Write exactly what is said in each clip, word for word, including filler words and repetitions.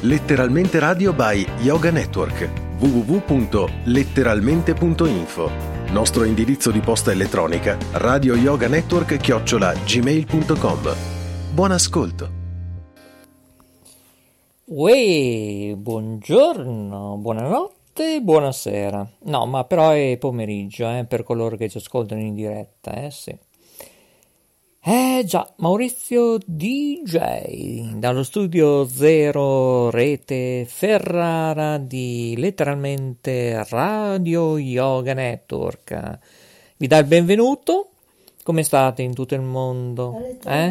Letteralmente Radio by Yoga Network. w w w punto letteralmente punto info. Nostro indirizzo di posta elettronica radioyoganetwork chiocciola gmail punto com. Buon ascolto. Uè, buongiorno, buonanotte, buonasera. No, ma però è pomeriggio, eh, per coloro che ci ascoltano in diretta, eh sì. Eh già, Maurizio D J, dallo studio Zero Rete Ferrara di letteralmente Radio Yoga Network. Vi dà il benvenuto. Come state in tutto il mondo? Eh?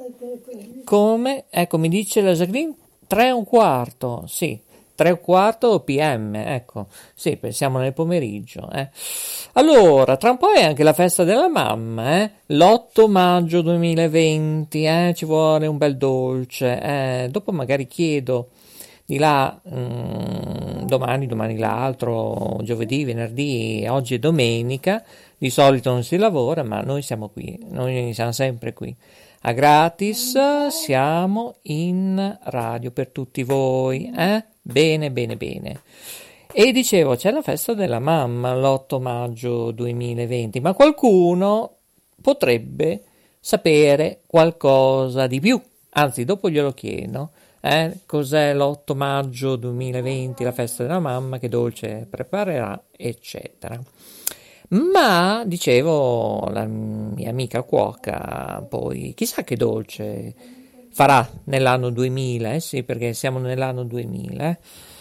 Come? Ecco, mi dice la Jacqueline, tre e un quarto, sì. tre e un quarto P M, ecco, sì, pensiamo nel pomeriggio, eh. Allora, tra un po' è anche la festa della mamma, eh, l'otto maggio duemilaventi, eh, ci vuole un bel dolce, eh, dopo magari chiedo di là, mh, domani, domani l'altro, giovedì, venerdì, oggi è domenica, di solito non si lavora, ma noi siamo qui, noi siamo sempre qui. A gratis siamo in radio per tutti voi, eh? Bene, bene, bene. E dicevo, c'è la festa della mamma l'otto maggio duemilaventi, ma qualcuno potrebbe sapere qualcosa di più, anzi dopo glielo chiedo, eh? Cos'è l'otto maggio duemilaventi, la festa della mamma, che dolce preparerà, eccetera. Ma, dicevo, la mia amica cuoca, poi, chissà che dolce farà nell'anno duemila, eh sì, perché siamo nell'anno duemila, eh.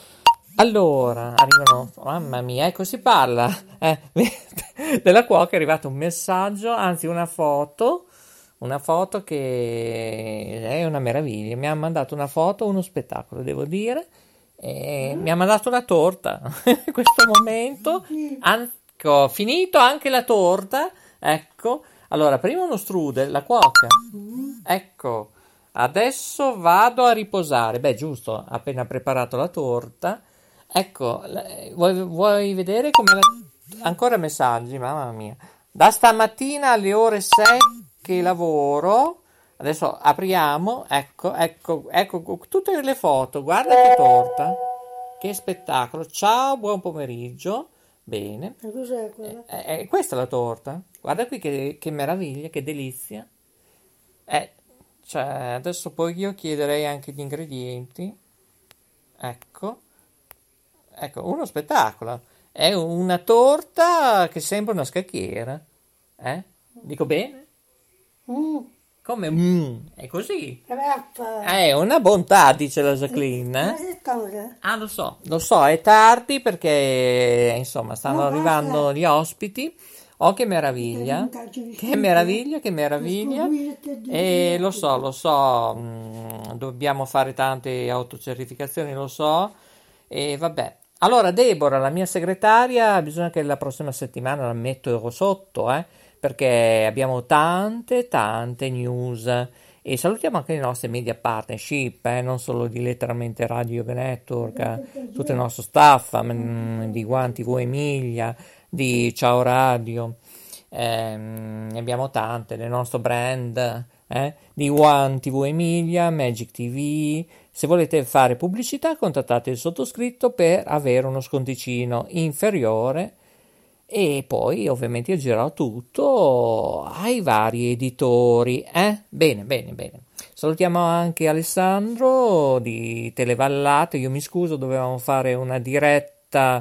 Allora, arrivano, mamma mia, ecco, si parla, eh, della cuoca è arrivato un messaggio, anzi una foto, una foto che è una meraviglia, mi ha mandato una foto, uno spettacolo, devo dire, e mi ha mandato una torta, in questo momento, anzi, ecco, finito anche la torta, ecco, allora prima uno strudel, la cuoca, ecco, adesso vado a riposare, beh giusto, appena preparato la torta, ecco, vuoi, vuoi vedere come la... ancora messaggi, mamma mia, da stamattina alle ore sei che lavoro, adesso apriamo, ecco, ecco, ecco, tutte le foto, guarda che torta, che spettacolo, ciao, buon pomeriggio. Bene, e cos'è quella? Eh, eh, questa è la torta, guarda qui che, che meraviglia, che delizia, eh, cioè adesso poi io chiederei anche gli ingredienti, ecco, ecco, uno spettacolo, è una torta che sembra una scacchiera, eh, dico bene? Mm. Come? Mm, è così. Rappa. È una bontà, dice la Jacqueline. Eh? Cosa? Ah, lo so, lo so, è tardi perché, insomma, stanno No, arrivando basta. gli ospiti. Oh, che meraviglia. Che meraviglia, che meraviglia. E lo so, lo so, mh, dobbiamo fare tante autocertificazioni, lo so. E vabbè. Allora, Deborah, la mia segretaria, bisogna che la prossima settimana la metto sotto, eh? Perché abbiamo tante, tante news. E salutiamo anche le nostre media partnership, eh? Non solo di letteralmente Radio Yoga Network, eh? Tutto il nostro staff, mh, di One T V Emilia, di Ciao Radio, eh, ne abbiamo tante, del nostro brand, eh? Di One T V Emilia, Magic T V. Se volete fare pubblicità, contattate il sottoscritto per avere uno sconticino inferiore. E poi ovviamente io girerò tutto ai vari editori, eh? Bene, bene, bene. Salutiamo anche Alessandro di Televallate, io mi scuso, dovevamo fare una diretta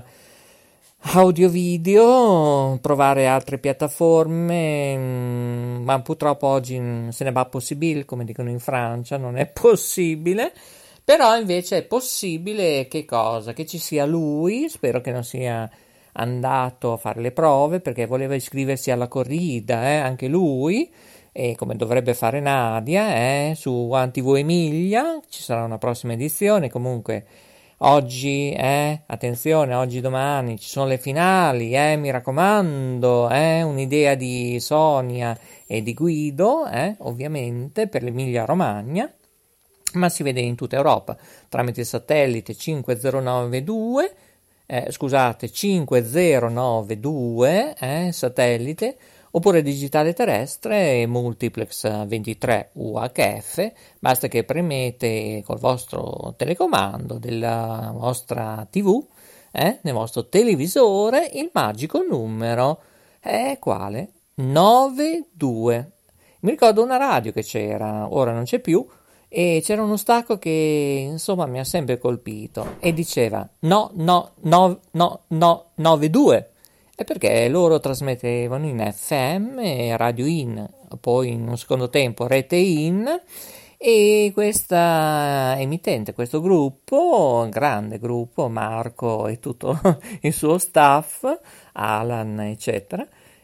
audio-video, provare altre piattaforme, ma purtroppo oggi se ne va possibile, come dicono in Francia, non è possibile. Però invece è possibile che cosa? Che ci sia lui, spero che non sia andato a fare le prove perché voleva iscriversi alla corrida, eh, anche lui, e come dovrebbe fare Nadia, eh, su One T V Emilia, ci sarà una prossima edizione, comunque oggi, eh, attenzione, oggi domani ci sono le finali, eh, mi raccomando, eh, un'idea di Sonia e di Guido, eh, ovviamente per l'Emilia Romagna, ma si vede in tutta Europa tramite il satellite cinque zero nove due, eh, scusate cinque zero nove due, eh, satellite, oppure digitale terrestre multiplex ventitré U H F, basta che premete col vostro telecomando della vostra tivù, eh, nel vostro televisore, il magico numero, è quale? nove due. Mi ricordo una radio che c'era, ora non c'è più, e c'era uno stacco che insomma mi ha sempre colpito e diceva no, no, no, no, no, nove due. È perché loro trasmettevano in F M, radio in, poi in un secondo tempo rete in, e questa emittente, questo gruppo, grande gruppo, Marco e tutto il suo staff, Alan eccetera,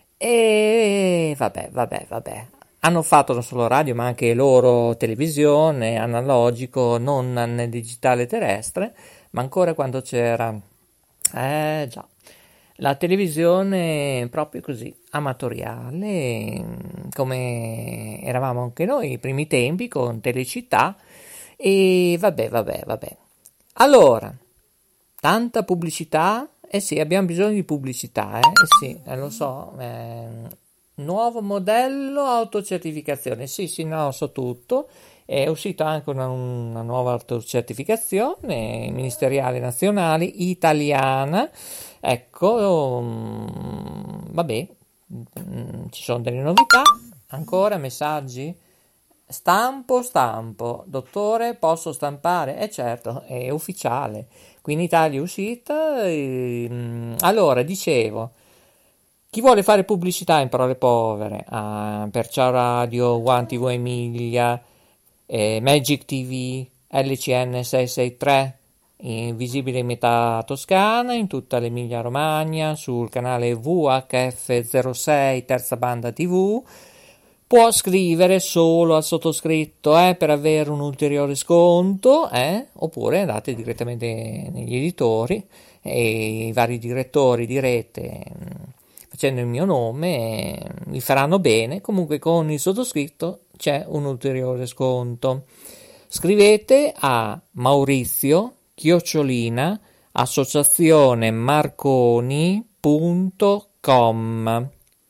e vabbè, vabbè, vabbè. Hanno fatto non solo radio, ma anche loro televisione, analogico, non nel digitale terrestre, ma ancora quando c'era, eh già, la televisione proprio così, amatoriale, come eravamo anche noi ai primi tempi, con Telecittà, e vabbè, vabbè, vabbè. Allora, tanta pubblicità, eh sì, abbiamo bisogno di pubblicità, eh, eh sì, eh, lo so, eh, nuovo modello autocertificazione, sì sì no so tutto, è uscita anche una, una nuova autocertificazione ministeriale nazionale italiana, ecco, um, vabbè, um, ci sono delle novità, ancora messaggi, stampo stampo, dottore posso stampare? Eh certo, è ufficiale, qui in Italia è uscita, e, um, allora dicevo, chi vuole fare pubblicità in parole povere, ah, per Ciao Radio, One T V Emilia, eh, Magic T V, L C N sei sei tre, in visibile in metà Toscana, in tutta l'Emilia Romagna, sul canale V H F zero sei, terza banda T V, può scrivere solo al sottoscritto eh, per avere un ulteriore sconto, eh, oppure andate direttamente negli editori e i vari direttori di rete, facendo il mio nome, vi faranno bene. Comunque con il sottoscritto c'è un ulteriore sconto. Scrivete a Maurizio chiocciolina associazione marconi punto com,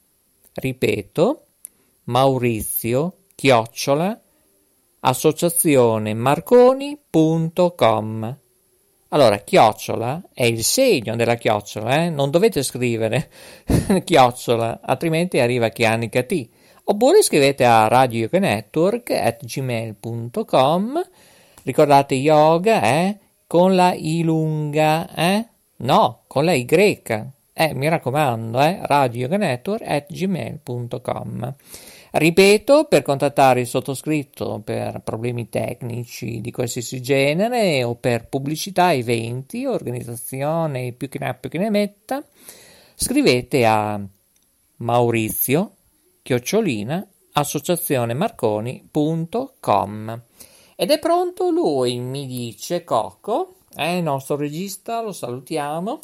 ripeto, Maurizio chiocciola associazione marconi punto com. Allora, chiocciola è il segno della chiocciola, eh? Non dovete scrivere chiocciola, altrimenti arriva Chianica T. Oppure scrivete a radio yoga network at gmail punto com. Ricordate yoga, eh? Con la I lunga, eh? No, con la Y. Eh, mi raccomando, eh? radio yoga network at gmail punto com. Ripeto, per contattare il sottoscritto per problemi tecnici di qualsiasi genere o per pubblicità, eventi, organizzazione, più che ne ha più che ne metta, scrivete a Maurizio chiocciolina associazione marconi punto com. Ed è pronto lui, mi dice Cocco, è il nostro regista, lo salutiamo.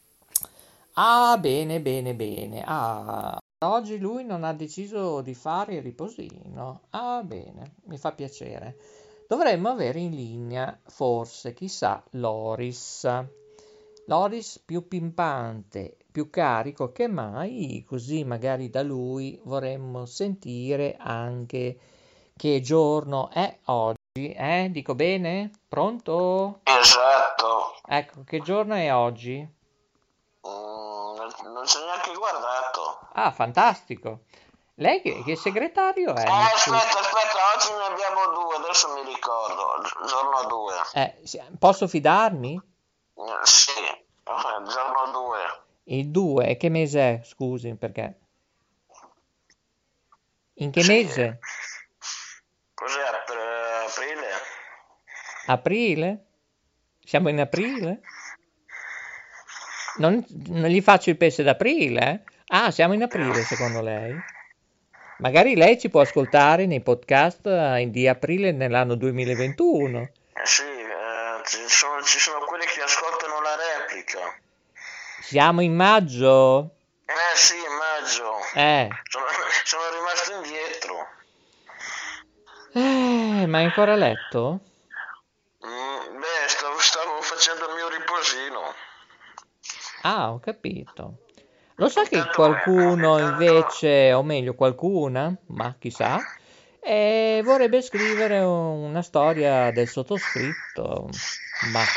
Ah, bene, bene, bene. Ah, oggi lui non ha deciso di fare il riposino. Ah, bene, mi fa piacere. Dovremmo avere in linea, forse, chissà, Loris. Loris più pimpante, più carico che mai, così magari da lui vorremmo sentire anche che giorno è oggi. Eh, dico bene? Pronto? Esatto. Ecco, che giorno è oggi? Mm, non ci ho neanche guardato. Ah, fantastico. Lei che, che segretario è? Eh, aspetta, aspetta, oggi ne abbiamo due, adesso mi ricordo, giorno due. Eh, sì, posso fidarmi? Eh, sì, eh, giorno due. Il due, e che mese è? Scusi, perché? In che Sì. mese? Cos'è, ap- aprile? Aprile? Siamo in aprile? Non, non gli faccio il pesce d'aprile, eh? Ah, siamo in aprile secondo lei? Magari lei ci può ascoltare nei podcast eh, di aprile nell'anno duemilaventuno. Eh, sì, eh, ci sono, ci sono quelli che ascoltano la replica. Siamo in maggio? Eh sì, maggio. Eh, Sono, sono rimasto indietro. eh ma è ancora a letto? Mm, beh, stavo, stavo facendo il mio riposino. Ah, ho capito. Lo sa che Intanto, qualcuno intanto, invece, o meglio qualcuna, ma chissà, eh, vorrebbe scrivere una storia del sottoscritto, ma...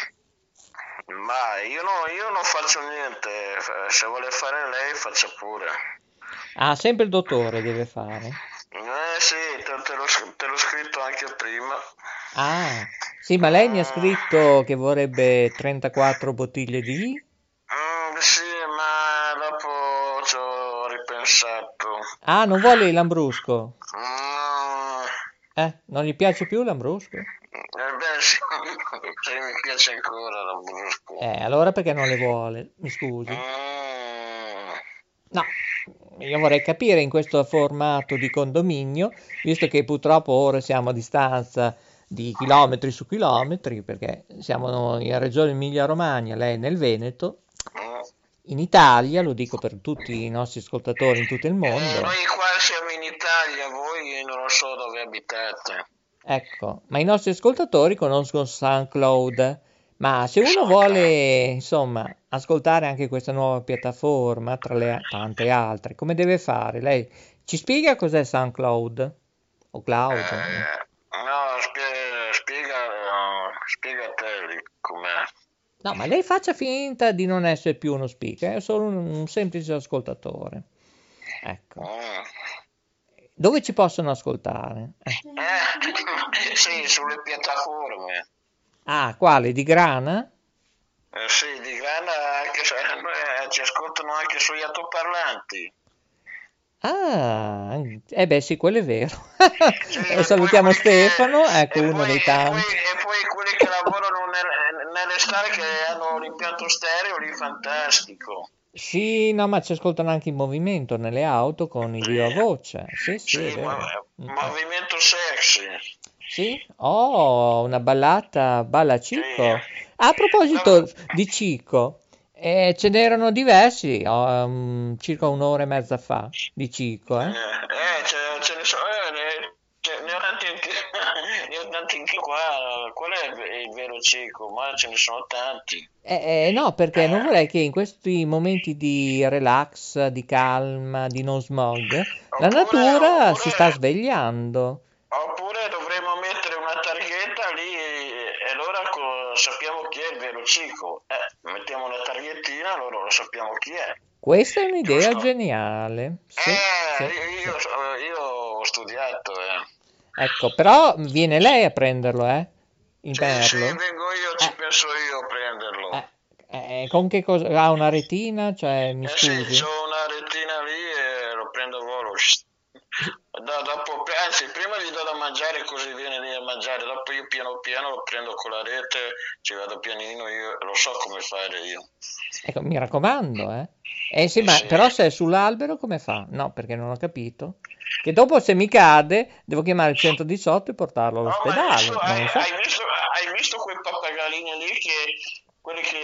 ma io, no, io non faccio niente, se vuole fare lei faccia pure. Ah, sempre il dottore deve fare. Eh sì, te, te l'ho, te l'ho scritto anche prima. Ah, sì, ma lei mi ha Mm, scritto che vorrebbe trentaquattro bottiglie di... mm, sì, ma dopo ci ho ripensato. Ah, non vuole il Lambrusco? Mm, Eh, non gli piace più il Lambrusco? ebbene sì, sì, mi piace ancora la Brusco. Eh, allora perché non le vuole? Mi scusi. Mm, No, io vorrei capire in questo formato di condominio, visto che purtroppo ora siamo a distanza di chilometri su chilometri, perché siamo in Regione Emilia-Romagna, lei nel Veneto, mm. in Italia, lo dico per tutti i nostri ascoltatori in tutto il Eh, mondo, noi qua siamo in Italia, voi non lo so dove abitate. ecco, ma i nostri ascoltatori conoscono SoundCloud, ma se uno So che... vuole, insomma, ascoltare anche questa nuova piattaforma, tra le tante altre, come deve fare? Lei ci spiega cos'è SoundCloud? O Cloud? Eh. Eh, no, spie- spiega, no, spiega a te lì com'è. No, ma lei faccia finta di non essere più uno speaker, è solo un, un semplice ascoltatore. Ecco. Mm. Dove ci possono ascoltare? Eh. Eh, sì, sulle piattaforme. Ah, quale? Di Grana? Eh, sì, di grana anche se eh, ci ascoltano anche sugli altoparlanti. Ah, eh beh sì, quello è vero. Sì, E e poi salutiamo quelli che, Stefano, ecco e uno poi, dei e poi, tanti. e poi quelli che lavorano nel- nelle strade che hanno l'impianto stereo lì fantastico. Sì, no, ma ci ascoltano anche in movimento nelle auto con il Sì, viva voce. Sì, sì, è sì, vero. mo- Mm, mm. movimento sexy. Sì? Oh, una ballata, balla Sì. Cico. A No, proposito di Cico, eh, ce n'erano diversi, oh, um, circa un'ora e mezza fa, di Cico, eh, eh? eh, ce, ce ne sono, eh, ne, ce- ne ho tanti anche, ne ho tanti anche qua. Qual è il, il vero cieco? Ma ce ne sono tanti. Eh, eh, no, perché non Eh, vorrei che in questi momenti di relax, di calma, di non smog, la oppure, natura si sta oppure svegliando. Oppure dovremmo mettere una targhetta lì e allora co- sappiamo chi è il vero Cico. Eh, mettiamo una targhettina, allora lo sappiamo chi è. Questa è un'idea Giusto? geniale. Sì, Eh, sì, io, sì. io- io ho studiato, eh. Ecco, però viene lei a prenderlo, eh? Il Sì, sì, merlo. vengo io, ci Eh, penso io a prenderlo. eh, eh, con che cosa? Ha una retina? Cioè, mi Eh sì, scusi? c'ho una retina lì e lo prendo a volo. Da- dopo, anzi, prima gli do da mangiare così viene lì a mangiare, dopo io piano piano lo prendo con la rete, ci vado pianino, io lo so come fare io. Ecco, mi raccomando, eh? Eh sì, Eh ma sì. però se è sull'albero come fa? No, perché non ho capito. Che dopo se mi cade devo chiamare il centodiciotto e portarlo Oh, ma hai all'ospedale, visto, non hai, lo so. hai visto, hai visto quei pappagallini lì che, quelli che,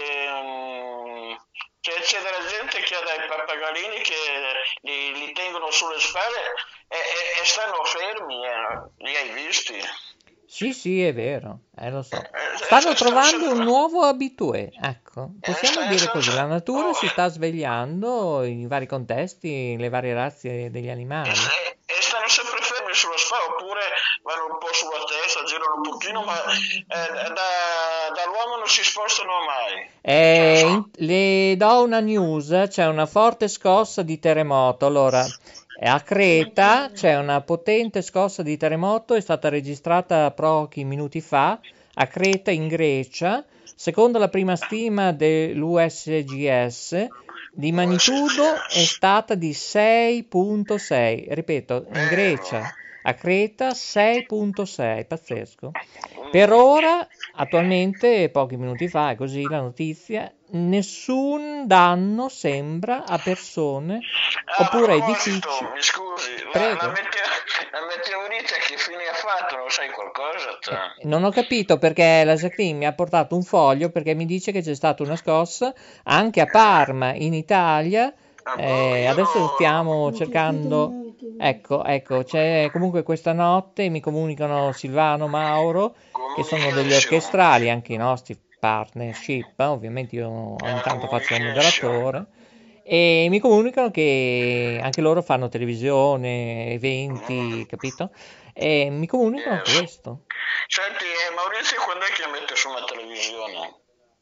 mm, c'è, c'è della gente che ha dei pappagallini che li, li tengono sulle spalle e, e- e stanno fermi, eh. Li hai visti? Sì, sì, è vero, eh, lo Eh, so. eh, Stanno stanno, stanno trovando un sempre... nuovo abitué, ecco, eh, possiamo stanno- dire stanno così, la sempre- natura oh, si sta svegliando in vari contesti, le varie razze degli e, animali. e- e stanno sempre fermi sulla spalla oppure vanno un po' sulla testa, girano un pochino, ma eh, da- dall'uomo non si spostano mai. Cioè, Eh, so- in- le do una news, c'è una forte scossa di terremoto. Allora, eh, a Creta c'è una potente scossa di terremoto, è stata registrata pochi minuti fa, a Creta in Grecia, secondo la prima stima dell'U S G S, di magnitudo è stata di sei virgola sei. Ripeto, in Bello. Grecia, a Creta sei virgola sei, pazzesco. Per Mm. ora, attualmente, pochi minuti fa, è così la notizia, nessun danno sembra a persone A oppure a proposito, edifici. mi scusi, la, la, Prego. meteo- la meteorite che fine ha fatto? Non sai qualcosa? Te? Eh, non ho capito perché la Jacqueline mi ha portato un foglio perché mi dice che c'è stata una scossa anche a Parma, in Italia. Ah, boh, Eh, io adesso no. stiamo cercando. Ecco, ecco, c'è comunque questa notte, mi comunicano Silvano, Mauro, che sono degli Communication. orchestrali, anche i nostri partnership, eh, ovviamente io ogni Eh, tanto faccio il communication. moderatore, E mi comunicano che anche loro fanno televisione, eventi, capito? E mi comunicano Yes. questo. Senti, eh, Maurizio, quando è che mette su una televisione?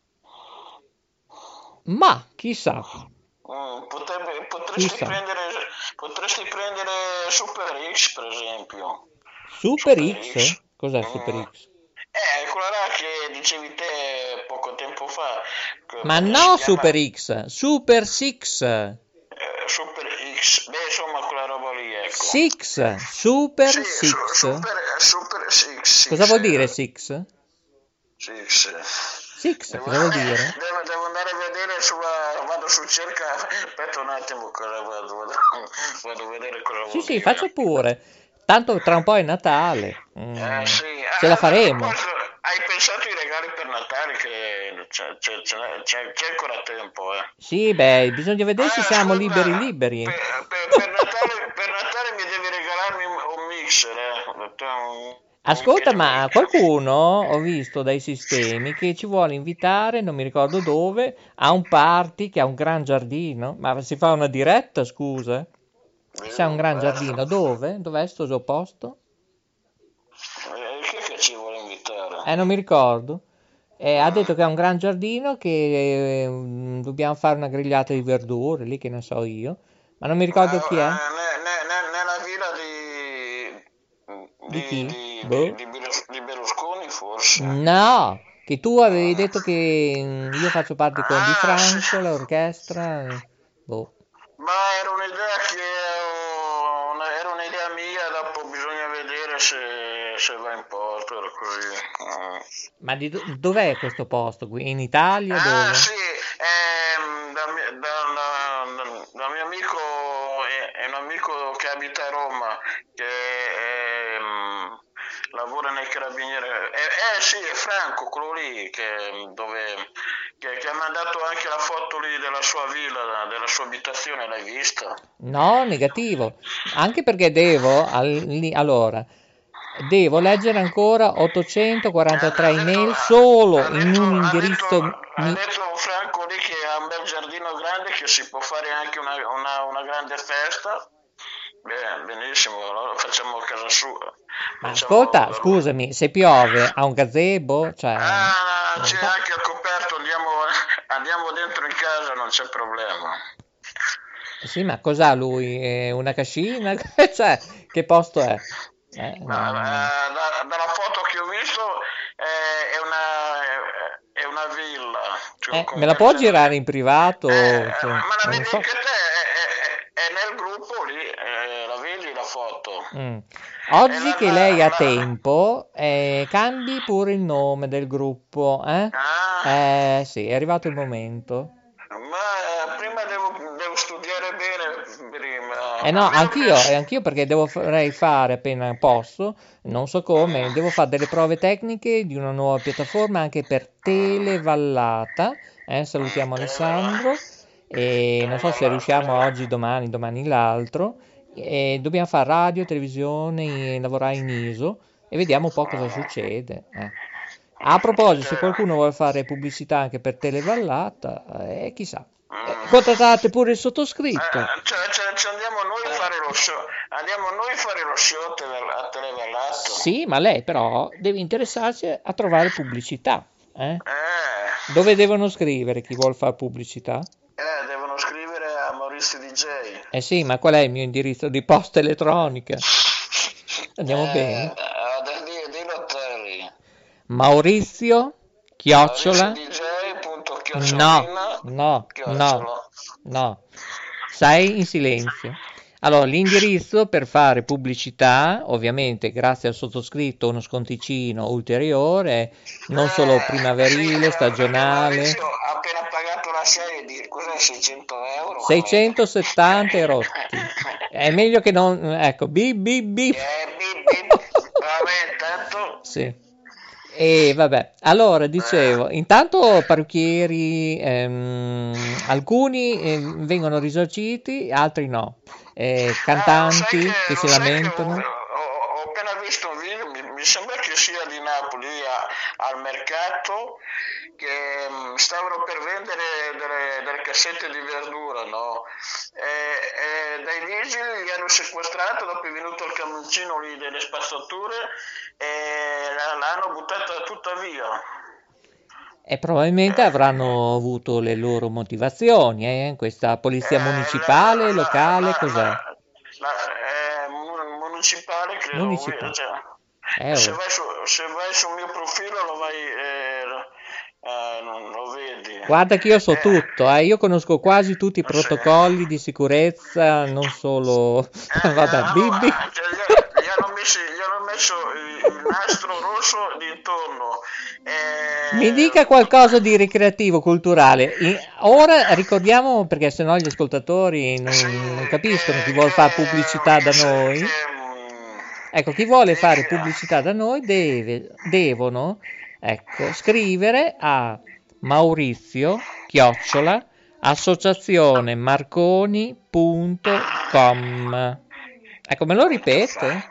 Ma chissà, Mm, potrebbe- potresti, chissà. prendere, potresti prendere Super X, per esempio. Super Super X? X. Cos'è Mm. Super X? Eh, quella là che dicevi te poco tempo fa. che- Ma come no, si chiama? Super X, Super Six. Eh, Super X. Beh, insomma, quella roba lì, ecco. Six, Super Sì, su- Six. Super, Super Six. Cosa vuol six, dire eh, Six? Six. Six, Devo, cosa vuol dire? devo, devo andare a vedere sulla, vado su cerca, aspetta un attimo, cosa vado, vado, vado a vedere cosa Sì, vuol sì, dire. faccia pure. Tanto tra un po' è Natale. Mm, Eh, sì. ce la Ah, a faremo. proposito, hai pensato ai regali per Natale che c'è, c'è- c'è- c'è- c'è ancora tempo, eh. Sì, beh, bisogna vedere se Ah, siamo ascolta, liberi liberi. per, per- per Natale, per Natale mi devi regalarmi un, un mixer, eh. Un- Ascolta, un ma mixer. qualcuno ho visto dai sistemi che ci vuole invitare, non mi ricordo dove, a un party che ha un gran giardino. Ma si fa una diretta, scusa? Se ha un gran giardino, dove? Dov'è sto suo posto? Eh, chi è che ci vuole invitare? Eh, non mi ricordo. Eh, ha detto che ha un gran giardino, che eh, dobbiamo fare una grigliata di verdure, lì che ne so io. Ma non mi ricordo chi è. Eh, ne- ne- ne- nella villa di, Di chi? di, Boh. di, di Berlus- di Berlusconi, forse. No, che tu avevi detto che mm, io faccio parte con Di Ah, Franco, sì. l'orchestra. eh, Boh. Ma era un'idea che ho- una- era un'idea mia, dopo bisogna vedere se, se va in porto, era così. Mm. Ma di do- dov'è questo posto qui? In Italia? Ah, Dove? sì, ehm, da, mi- da- da- da mio amico, è, è un amico che abita a Roma, che ehm, lavora nei carabinieri. Eh, eh, sì, è Franco, quello lì, che, dove, che, che ha mandato anche la foto lì della sua villa, della sua abitazione, l'hai vista? No, negativo. Anche perché devo, al- lì- allora, devo leggere ancora ottocentoquarantatré Ha detto- email solo ha in detto- un ha indirizzo. detto- ha mi- detto Franco lì che ha un bel giardino grande, che si può fare anche una, una- una grande festa. Beh, benissimo, allora facciamo a casa sua. Ma Facciamo- ascolta, scusami, se piove ha un gazebo? Cioè, Ah, non c'è so. anche il coperto, andiamo, andiamo dentro in casa, non c'è problema. Sì, ma cos'ha lui? È una cascina? Cioè, che posto è? Eh, Ma, no. eh, da- dalla foto che ho visto eh, è una, è una villa. Cioè, Eh, con me la può queste- girare in privato? Eh, Cioè, ma la non vedi lo so. anche te, è, è- è nel gruppo lì, eh, la vedi la foto? Mm. Eh, Oggi la- che la- lei ha la- tempo, eh, cambi pure il nome del gruppo, eh? Ah, Eh, sì, è arrivato il momento. ma eh, prima devo, devo studiare bene, prima. Eh no, A me anch'io, piace- e anch'io perché devo vorrei fare appena posso, non so come, devo fare delle prove tecniche di una nuova piattaforma anche per Televallata. Eh, salutiamo Alessandro e non so se riusciamo oggi, domani, domani l'altro. E dobbiamo fare radio, televisione, e lavorare in I S O e vediamo un po' cosa succede. eh. A proposito, se qualcuno vuole fare pubblicità anche per Televallata, eh, chissà. Eh, contattate pure il sottoscritto. Eh, cioè, cioè, cioè andiamo noi a fare lo show, andiamo noi a fare lo show tele- a Televellato. Sì, ma lei però deve interessarsi a trovare pubblicità. eh? Eh, Dove devono scrivere chi vuole fare pubblicità? eh, devono scrivere a Maurizio D J. Eh sì, ma qual è il mio indirizzo di posta elettronica? Andiamo Eh, bene. eh, di- dillo te lì. Maurizio, chiocciola. D J punto No, chiocciolina, no, chiocciola. no, no. Stai in silenzio. Allora, l'indirizzo per fare pubblicità, ovviamente grazie al sottoscritto uno sconticino ulteriore, non solo Eh, primaverile, sì, stagionale, Maurizio ha appena pagato la serie di cos'è, seicento euro? seicentosettanta e rotti. È meglio che non... Ecco, bi bi bi. Eh, bip, bip. Vabbè, intanto Sì. E vabbè, allora dicevo, intanto parrucchieri, ehm, alcuni eh, vengono risarciti, altri no. Eh, cantanti Ah, lo sai che si lo sai lamentano. Ho, ho- ho appena visto un video, mi, mi sembra che sia di Napoli, a, al mercato che mh, stavano per vendere delle, delle cassette di verdura, no? E, e dai vigili li hanno sequestrato, dopo è venuto il camioncino lì delle spazzature e la- l'hanno buttata tutta via. E probabilmente avranno avuto le loro motivazioni, eh? Questa polizia Eh, municipale, la, la, locale, la, cos'è? la, la- eh, mu- municipale credo, Municipale. cioè, Eh, se oh. vai, su, se vai sul mio profilo lo vai, eh, eh, non lo vedi. Guarda che io so Eh, tutto, eh? Io conosco quasi tutti i sì. protocolli di sicurezza, non solo... Eh, gli Vabbè, hanno, Bibi. ah, cioè, gli, gli hanno messi- gli hanno messo il, il nastro rosso d'intorno. Mi Eh, dica qualcosa di ricreativo, culturale. I- Ora ricordiamo, perché sennò gli ascoltatori non, sì, non capiscono, chi che, vuole fare che, pubblicità da che, se- noi. che, mm, Ecco, chi vuole che- fare pubblicità da noi deve, devono, ecco, scrivere a Maurizio, chiocciola, associazione marconi punto com. Ecco, me lo ripete?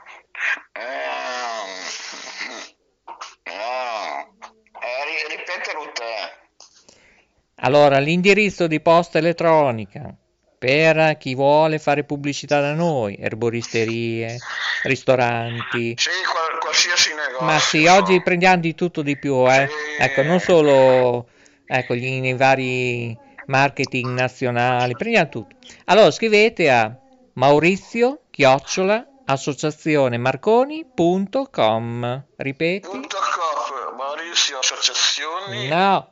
Eh, no, eh, ri- ripetelo te. Allora, l'indirizzo di posta elettronica per chi vuole fare pubblicità da noi, erboristerie, ristoranti. Sì, qual- qualsiasi negozio. Ma sì, oggi prendiamo di tutto di più, eh. Sì. Ecco, non solo ecco, gli, nei vari marketing nazionali, prendiamo tutto. Allora, scrivete a Maurizio, chiocciola, associazione marconi punto com. Ripeti? Punto com, Maurizio Associazioni. No.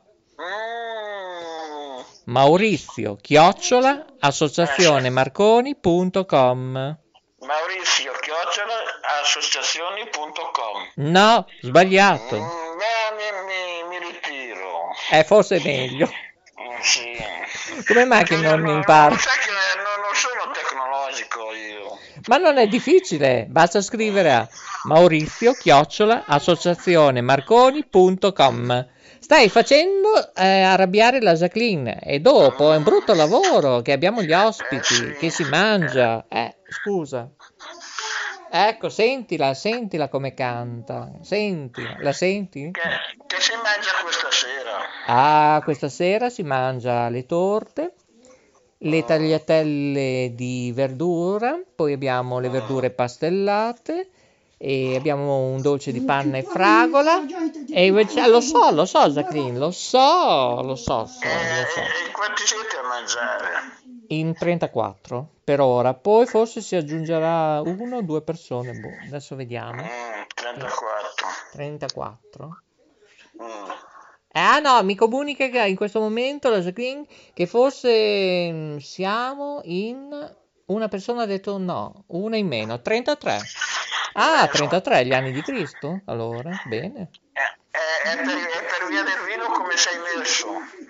Mm. Maurizio, chiocciola, associazione marconi punto com. Maurizio chiocciola associazioni punto com. No, sbagliato. Mm, beh, mi, mi, mi ritiro. Eh, forse è meglio. Mm, sì. Come mai che Perché non non, impara? non sai che non, non sono tecnologico io. Ma non è difficile, basta scrivere a Maurizio, chiocciola, associazione marconi punto com. Stai facendo eh, arrabbiare la Jacqueline e dopo è un brutto lavoro che abbiamo gli Eh ospiti, sì. che si mangia. Eh, scusa. Ecco, sentila, sentila come canta. Sentila, la senti? Che, che si mangia questa sera? Ah, questa sera si mangia le torte, le tagliatelle di verdura, poi abbiamo le verdure pastellate e abbiamo un dolce di panna e fragola. E invece, lo so, lo so, Jacqueline, lo so, lo so, so, E, lo so. e in quanti siete a mangiare? In trentaquattro per ora, poi forse si aggiungerà uno o due persone, boh, adesso vediamo. Mm, trentaquattro. trentaquattro. Mm. Ah no, mi comunica che in questo momento la Jacqueline che forse mm, siamo in... Una persona ha detto no, una in meno, trentatré. Ah, trentatré, gli anni di Cristo? Allora, bene. E, e- e per, e per via del vino come sei messo?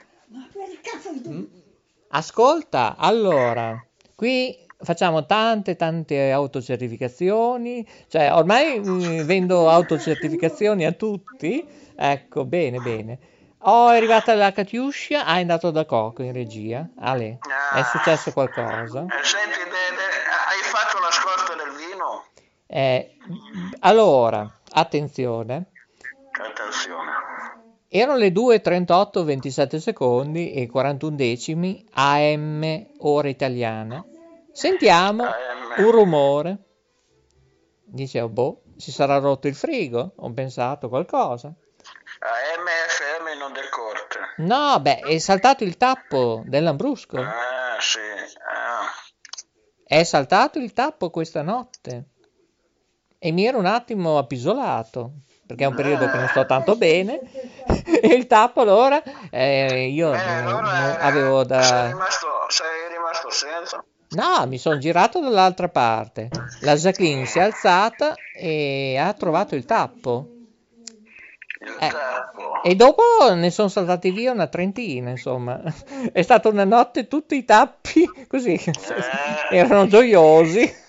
Mm. Ascolta, allora, qui facciamo tante tante autocertificazioni, cioè ormai mm, vendo autocertificazioni a tutti, ecco, bene, bene. Oh, è arrivata la Catiuscia, ah, è andato da Coco in regia, Ale, è successo qualcosa? Eh, senti, de- de- hai fatto la scorta del vino? Eh, allora, attenzione, Attenzione. erano le due e trentotto ventisette secondi e quarantuno decimi A M ora italiana. Sentiamo A M. un rumore. Dicevo, boh, si sarà rotto il frigo? Ho pensato qualcosa. A M F M non del corte. No, beh, è saltato il tappo del Lambrusco. Ah, sì. Ah. È saltato il tappo questa notte. E mi ero un attimo appisolato, perché è un periodo che non sto tanto bene. E il tappo allora, eh, io Beh, non- allora non eh, avevo sei da... rimasto, sei rimasto senza. No, mi sono girato dall'altra parte. La Jacqueline si è alzata e ha trovato il tappo. Il Eh, tappo. E dopo ne sono saltati via una trentina, insomma. È stata una notte tutti i tappi così. Erano gioiosi.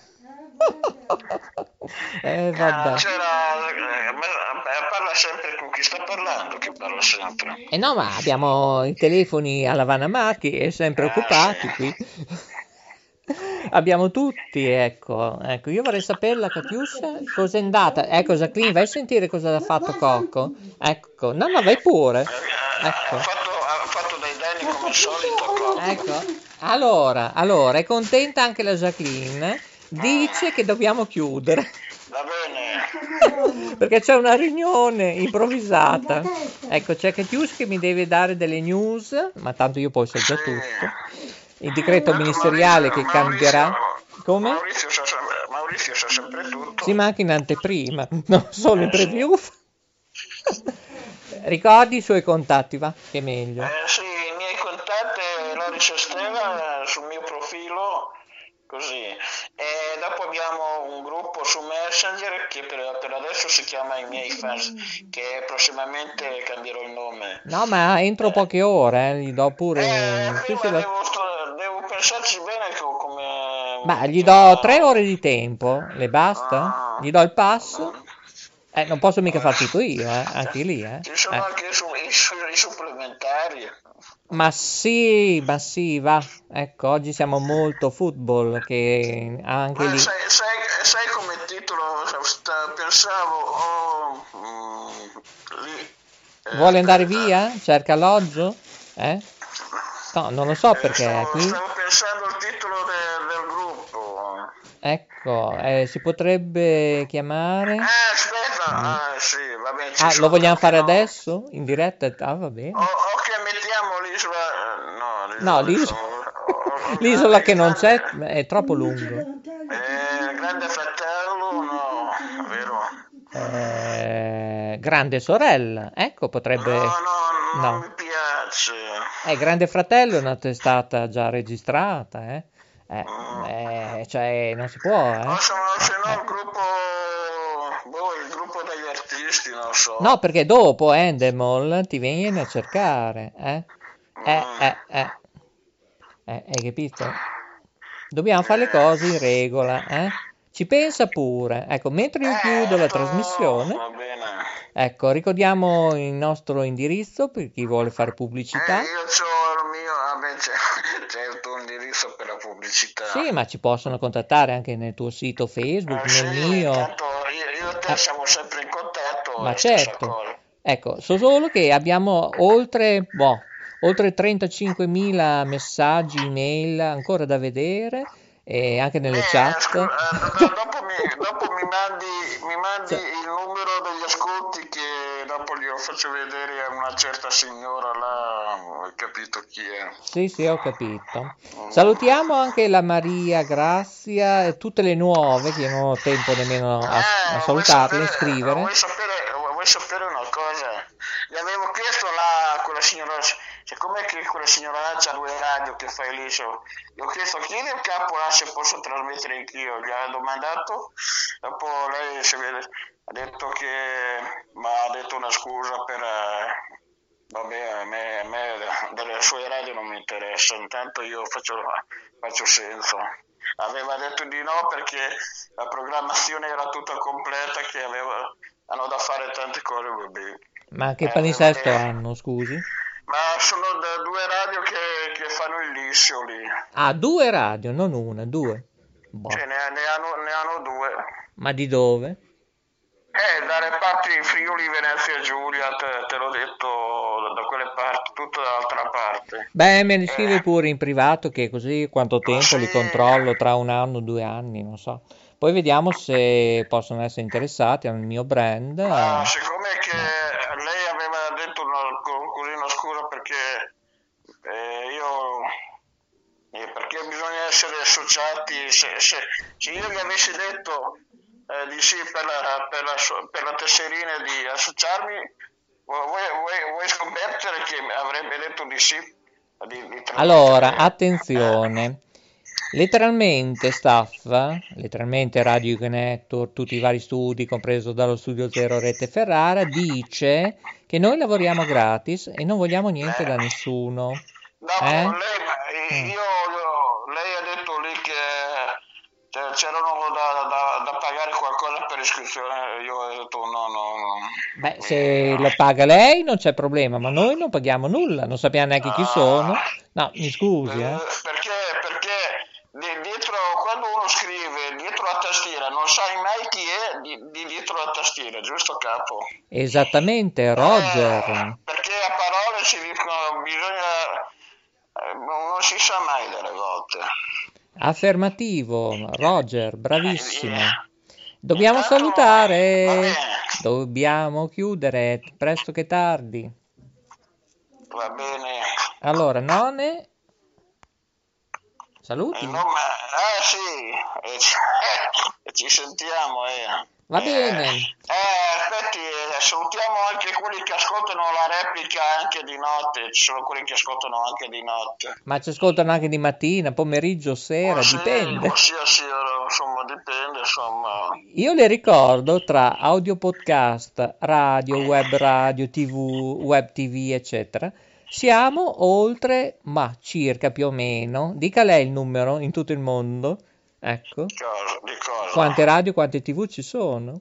Eh, Ah, vabbè. c'era. eh, ma- ma parla sempre con chi sta parlando, che parla sempre. E no, ma abbiamo i telefoni alla Vanamaki e sempre Ah, occupati sì. qui. Abbiamo tutti, ecco, ecco, io vorrei sapere la Catiuscia cosa è andata. Ecco, Jacqueline, vai a sentire cosa ha fatto Cocco. Ecco, no, no, vai pure. Ecco. Ha fatto, ha fatto dei danni come al solito. Cocco. Ecco, allora, allora, è contenta anche la Jacqueline, dice che dobbiamo chiudere. Va bene. Perché c'è una riunione improvvisata. Ecco, c'è Catiuscia che mi deve dare delle news, ma tanto io poi so già tutto. Il decreto ministeriale che cambierà. Come? Maurizio sa, sempre, Maurizio sa sempre tutto. Sì, ma anche in anteprima, non solo in preview. Ricordi i suoi contatti, va? Che è meglio. Eh, sì, i miei contatti, Loris Esteva sul mio profilo, così. E dopo abbiamo un gruppo su Messenger che per, per adesso si chiama I miei fans, che prossimamente cambierò il nome. No, ma entro poche ore, eh, gli do pure. Eh, Sì, prima sì, lo- devo, sto- devo pensarci bene co- come... Ma gli do tre ore di tempo, le basta? Gli do il pass? Eh, non posso mica far tutto io, eh, anche lì, eh. Ci sono Eh. anche i, su- i su- i supplementari. Ma sì, ma sì, va. Ecco, oggi siamo molto football, che anche Ma lì. sai, sai, sai come titolo sta- pensavo, oh, mm, lì, eh, Vuole andare via? Cerca alloggio? Eh? No, non lo so eh, perché stavo, qui. stavo pensando al titolo de- del gruppo. Ecco, eh, si potrebbe chiamare. Ah, aspetta, ah, sì, va bene. ci Ah, sono lo vogliamo fare no. adesso? In diretta? Ah, va bene. O, o che mettiamo l'isola, no, No, l'isola, l'isola, o- o- l'isola che non c'è è troppo lungo. Eh, Grande Fratello, no, vero? Eh, Grande Sorella, ecco, potrebbe. No, no, non No. mi piace. Eh, Grande Fratello è una testata già registrata, eh? Eh, eh, cioè, non si può, eh? O se no, se no il gruppo, boh, il gruppo degli artisti, non so. No, perché dopo Endemol ti viene a cercare, eh? Eh, eh, eh. Eh, hai capito? Dobbiamo fare le cose in regola, eh? Ci pensa pure. Ecco, mentre io chiudo la Eh, trasmissione, va bene. ecco, ricordiamo il nostro indirizzo per chi vuole fare Eh, pubblicità. io ho il mio, vabbè, c'è, c'è il tuo indirizzo per la pubblicità. Sì, ma ci possono contattare anche nel tuo sito Facebook, Eh, sì, nel mio. tanto io, io e te Ah. siamo sempre in contatto. Ma è stessa certo. cosa. Ecco, so solo che abbiamo oltre, boh, oltre trentacinquemila messaggi, email ancora da vedere, e anche nelle Eh, chat. scu- eh, do- dopo, mi, dopo mi mandi, mi mandi Cioè- il numero degli ascolti che dopo glielo faccio vedere a una certa signora là, hai capito chi è. Sì, sì, ho capito. Salutiamo anche la Maria Grazia e tutte le nuove che non ho tempo nemmeno a, a Eh, vuoi salutarle, sapere, scrivere. vuoi sapere, vuoi sapere una cosa? Gli avevo chiesto là a quella signora, siccome che quella signora là c'ha due radio che fai lì, so, gli ho chiesto chiedi al capo là se posso trasmettere anch'io, gli ho domandato, dopo lei si vede, ha detto che, ma ha detto una scusa per, eh, vabbè, a me, a me delle sue radio non mi interessa, intanto io faccio, faccio senso. Aveva detto di no perché la programmazione era tutta completa, che aveva, hanno da fare tante cose, vabbè. Ma che Eh, palinsesto vabbè. hanno, scusi? Ma sono da- due radio che, che fanno il liscio lì. Ah, due radio, non una, due. Boh. Cioè, ne, ne hanno, ne hanno due. Ma di dove? Eh, dalle parti Friuli, Venezia e Giulia, te, te l'ho detto, da quelle parti, tutto dall'altra parte. Beh, me ne scrive pure in privato che così quanto tempo li sì. controllo, tra un anno, due anni, non so. Poi vediamo se possono essere interessati al mio brand. Ma siccome che lei aveva detto una, co- così una scusa perché eh, io eh, perché bisogna essere associati, se, se, se io gli avessi detto eh, di sì per la, per, la, so- per la tesserina di associarmi, vuoi, vuoi, vuoi scommettere che avrebbe detto di sì? Di, di Allora, attenzione. Letteralmente staff, letteralmente Radio Yoga Network, tutti i vari studi, compreso dallo Studio Zero Rete Ferrara, dice che noi lavoriamo gratis e non vogliamo niente da nessuno. Dopo Eh? lei, io, io- lei ha detto lì che cioè, c'erano da, da, da pagare qualcosa per iscrizione, io ho detto no, no, no. Beh, se lo paga lei non c'è problema, ma noi non paghiamo nulla, non sappiamo neanche chi sono. No, mi scusi, Eh, eh. perché, perché di- dietro maschile, giusto capo? Esattamente, Roger. Eh, perché a parole si dicono, bisogna, eh, non si sa mai delle volte. Affermativo, Roger, bravissimo. Eh, Dobbiamo intanto, va salutare, bene, dobbiamo chiudere, presto che tardi. va bene. Allora, nonne, Eh, saluti. non ma- ah sì, eh, ci, eh, ci sentiamo. Eh. Va Eh, bene. eh, aspetti, eh, salutiamo anche quelli che ascoltano la replica anche di notte, ci sono quelli che ascoltano anche di notte. Ma ci ascoltano anche di mattina, pomeriggio, sera, Oh, sì, dipende. qualsiasi ora, insomma, dipende, insomma. Io le ricordo tra audio podcast, radio, web radio, tv, web tv, eccetera. Siamo oltre, ma circa più o meno, dica lei il numero in tutto il mondo, ecco, Cosa, di cosa? quante radio, quante tv ci sono?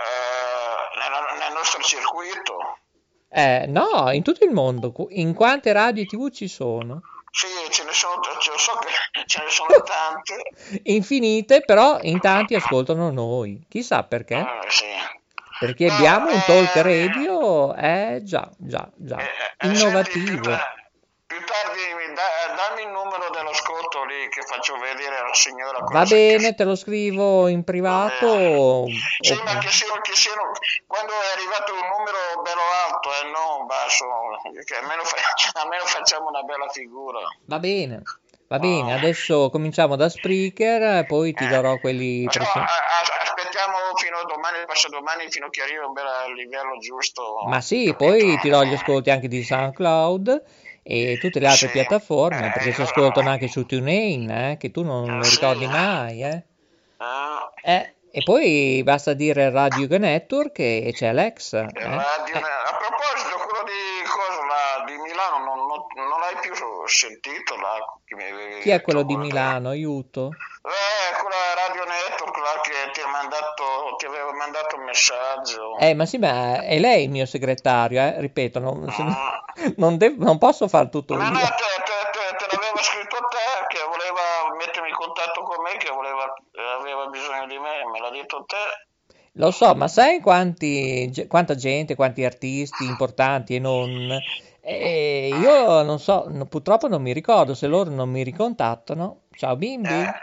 Eh, nel, nel nostro circuito. Eh, no, in tutto il mondo, Qu- in quante radio e tv ci sono? Sì, ce ne sono, ce- so che ce ne sono tante. Infinite, però in tanti ascoltano noi, chissà perché? Eh, sì. Perché No, abbiamo un talk eh, radio, eh già, già, già, eh, eh, senti, più, innovativo. ta- più tardi mi da- dammi il numero dell'ascolto lì che faccio vedere alla signora Va cosa si- bene, te lo scrivo in Va privato. bene. Sì, o- ma che siano, che siano, quando è arrivato un numero bello alto e eh, non basso, che almeno, fa- almeno facciamo una bella figura. Va bene, va bene. Adesso cominciamo da Spreaker, poi ti darò quelli No, precedenti. a- a- aspettiamo fino a domani, passa domani, fino a che arriva un bel livello giusto. Ma sì, capito? poi ti do gli ascolti anche di SoundCloud e tutte le altre Sì. piattaforme, Eh, perché si io- ascoltano anche su TuneIn, eh, che tu non lo Sì. ricordi mai, eh. Eh, Eh, e poi basta dire Radio Yoga Network e c'è Alexa. e eh. radio- Eh, a proposito, quello di cosa là, di Milano, non, non- non l'hai più sentito là? Che mi avevi Chi è detto, quello di guarda. Milano? Aiuto. Eh, quella Radio Network là che ti ha mandato, ti aveva mandato un messaggio. Eh, ma sì, ma è lei il mio segretario, eh? Ripeto, non, se- Ah. non dev- non posso far tutto No, no, io. te, te- te- te l'aveva scritto a te, che voleva mettermi in contatto con me, che voleva, aveva bisogno di me, me l'ha detto te. Lo so, ma sai quanti, ge- quanta gente, quanti artisti importanti e non... Eh, io non so, no- purtroppo non mi ricordo se loro non mi ricontattano. Ciao bimbi. Eh,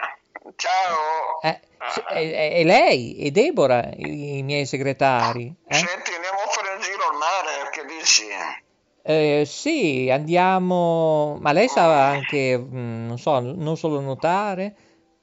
ciao. Eh, se- è, è lei e Deborah i, i miei segretari. Eh? Senti, andiamo a fare un giro al mare, che dici? Eh, sì, andiamo... Ma lei sa anche, mm, non so, non solo nuotare?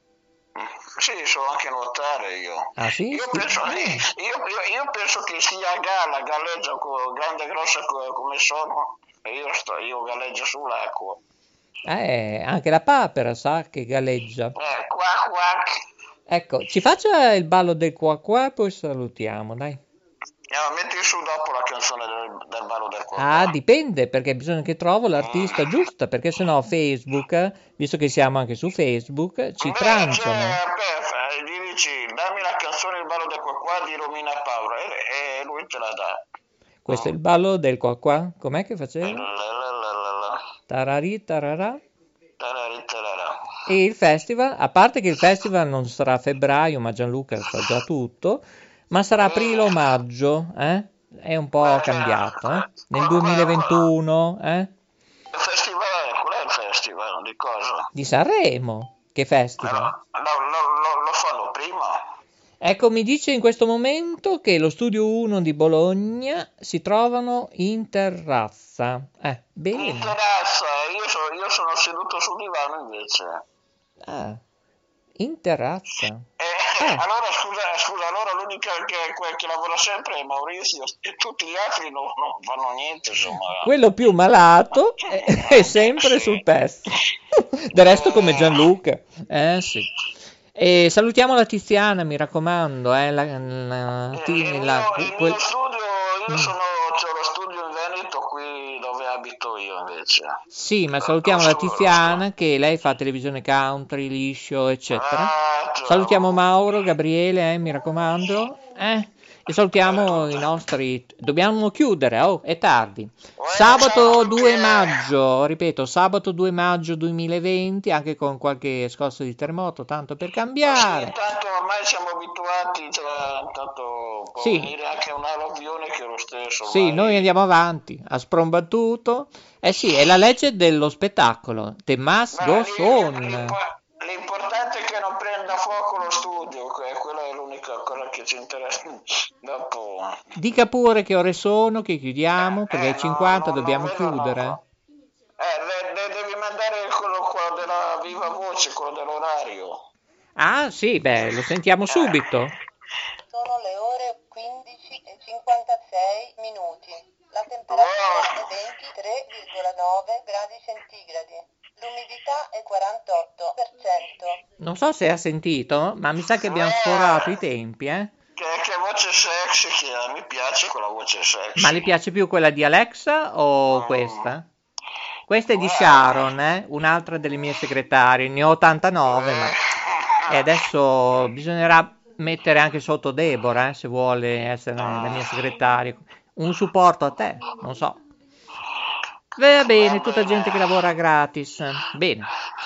Sì, so anche nuotare io. Ah sì? Io Sì. penso, io, io- io penso che sia a galla, galleggio co- grande e grossa co- come sono, e io, sto, io galleggio sull'acqua. Eh, anche la papera sa che galleggia. Eh, quack quack. Ecco, ci faccia il ballo del qua qua e poi salutiamo, dai. Eh, metti su dopo la canzone del, del ballo del quack Ah, quack. dipende, perché bisogna che trovo l'artista giusta, perché sennò Facebook, eh, visto che siamo anche su Facebook, ci Beh, tranciano. cioè, beh, gli dici, dammi la canzone del ballo del quack quack di Romina Paura, e, e lui te la dà. Questo è il ballo del qua qua. Com'è che faceva? La, la, la, la, la. Tarari, tararà. Tarari, tarara. E il festival, a parte che il festival non sarà a febbraio, ma Gianluca sa già tutto, ma sarà aprile o maggio, eh? È un po' cambiato, eh? Nel duemilaventuno, eh? Il festival, qual è il festival? Di cosa? Di Sanremo. Che festival? Lo, lo- lo- lo fanno prima? Ecco, mi dice in questo momento che lo studio uno di Bologna si trovano in terrazza. Eh, In bene. terrazza, io, so- io sono seduto sul divano invece. Ah, in terrazza. Eh, Eh. Allora scusa, scusa, allora l'unica che, que- che lavora sempre è Maurizio e tutti gli altri non, non fanno niente, insomma. Quello più malato è, è sempre sul pezzo. Del resto come Gianluca. Eh sì. E salutiamo la Tiziana, mi raccomando, eh, la, la- Eh, ti- il, la- mio, il quel- mio studio, io Mm. sono, c'ho lo studio in Veneto qui dove abito io invece. Sì, ma salutiamo la Tiziana che lei fa televisione country, liscio, eccetera. Ah, ciao. Salutiamo Mauro, Gabriele, eh, mi raccomando. Eh. e salutiamo i nostri. Dobbiamo chiudere, oh, è tardi. Sabato due maggio, ripeto, sabato due maggio duemilaventi, anche con qualche scossa di terremoto, tanto per cambiare. Sì, tanto ormai siamo abituati, cioè, tanto può Sì. venire anche un alluvione che è lo stesso. Sì, ormai. noi andiamo avanti, a sprombattuto. Eh sì, è la legge dello spettacolo. The must Ma go l'im- on. l'impo- L'importante è che non prenda fuoco lo studio, que- quella è l'unica cosa che ci interessa. Dopo. Dica pure che ore sono, che chiudiamo, perché Eh, alle no, cinquanta no, dobbiamo non vedo, chiudere. no. Eh, le, le devi mandare quello qua della viva voce, quello dell'orario. Ah, sì, beh, lo sentiamo subito. Sono le ore quindici e cinquantasei minuti. La temperatura è ventitré virgola nove gradi centigradi. L'umidità è quarantotto per cento. Non so se ha sentito, ma mi sa che abbiamo sforato i tempi, eh? Che, che voce sexy che ha, mi piace quella voce sexy. Ma le piace più quella di Alexa o questa? Questa è di Sharon, eh? Un'altra delle mie segretarie. Ne ho ottantanove, ma... E adesso bisognerà mettere anche sotto Deborah, eh, se vuole essere la mia segretaria. Un supporto a te, non so. Va bene, tutta gente che lavora gratis. Bene.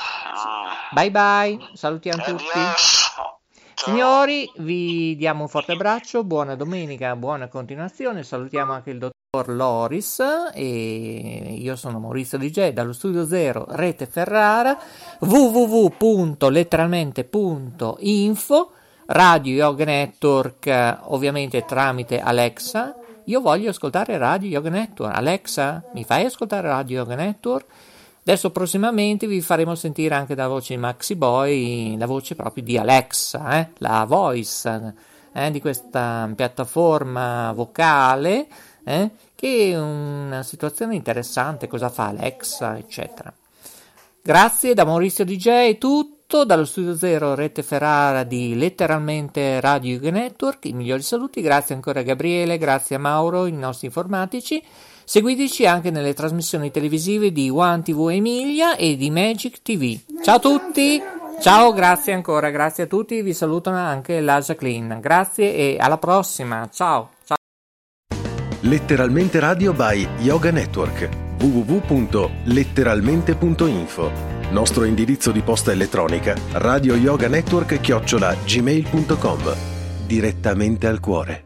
Bye bye, salutiamo tutti. Adios. Ciao. Signori, vi diamo un forte abbraccio, buona domenica, buona continuazione. Salutiamo anche il dottor Loris e io sono Maurizio D J dallo Studio Zero Rete Ferrara, w w w punto letteralmente punto info, Radio Yoga Network, ovviamente tramite Alexa. Io voglio ascoltare Radio Yoga Network. Alexa, mi fai ascoltare Radio Yoga Network? Adesso prossimamente vi faremo sentire anche dalla voce di Maxi Boy la voce proprio di Alexa, eh? La voice eh? di questa piattaforma vocale, eh? che è una situazione interessante, cosa fa Alexa, eccetera. Grazie da Maurizio D J, è tutto dallo Studio Zero Rete Ferrara di letteralmente Radio Yoga Network. I migliori saluti, grazie ancora a Gabriele, grazie a Mauro, i nostri informatici. Seguiteci anche nelle trasmissioni televisive di One ti vu Emilia e di Magic ti vu. Ciao a tutti, ciao, grazie ancora, grazie a tutti, vi salutano anche la Jacqueline. Grazie e alla prossima, ciao. Ciao. Letteralmente Radio by Yoga Network. w w w punto letteralmente punto info. Nostro indirizzo di posta elettronica radio yoga network chiocciola gmail punto com. Direttamente al cuore.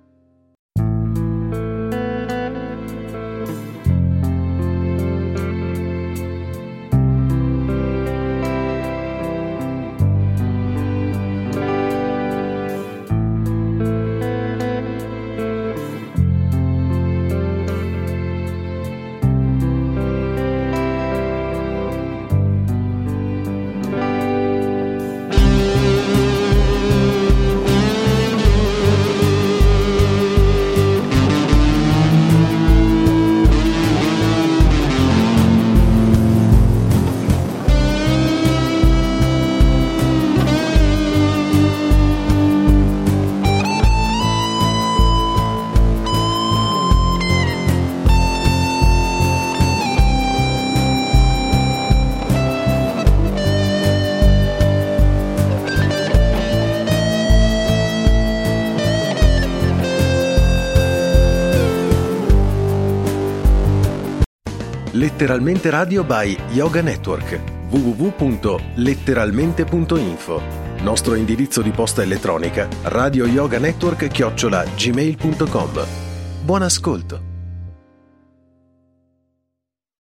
Letteralmente Radio by Yoga Network. w w w punto letteralmente punto info. Nostro indirizzo di posta elettronica radio yoga network chiocciola gmail punto com. Buon ascolto.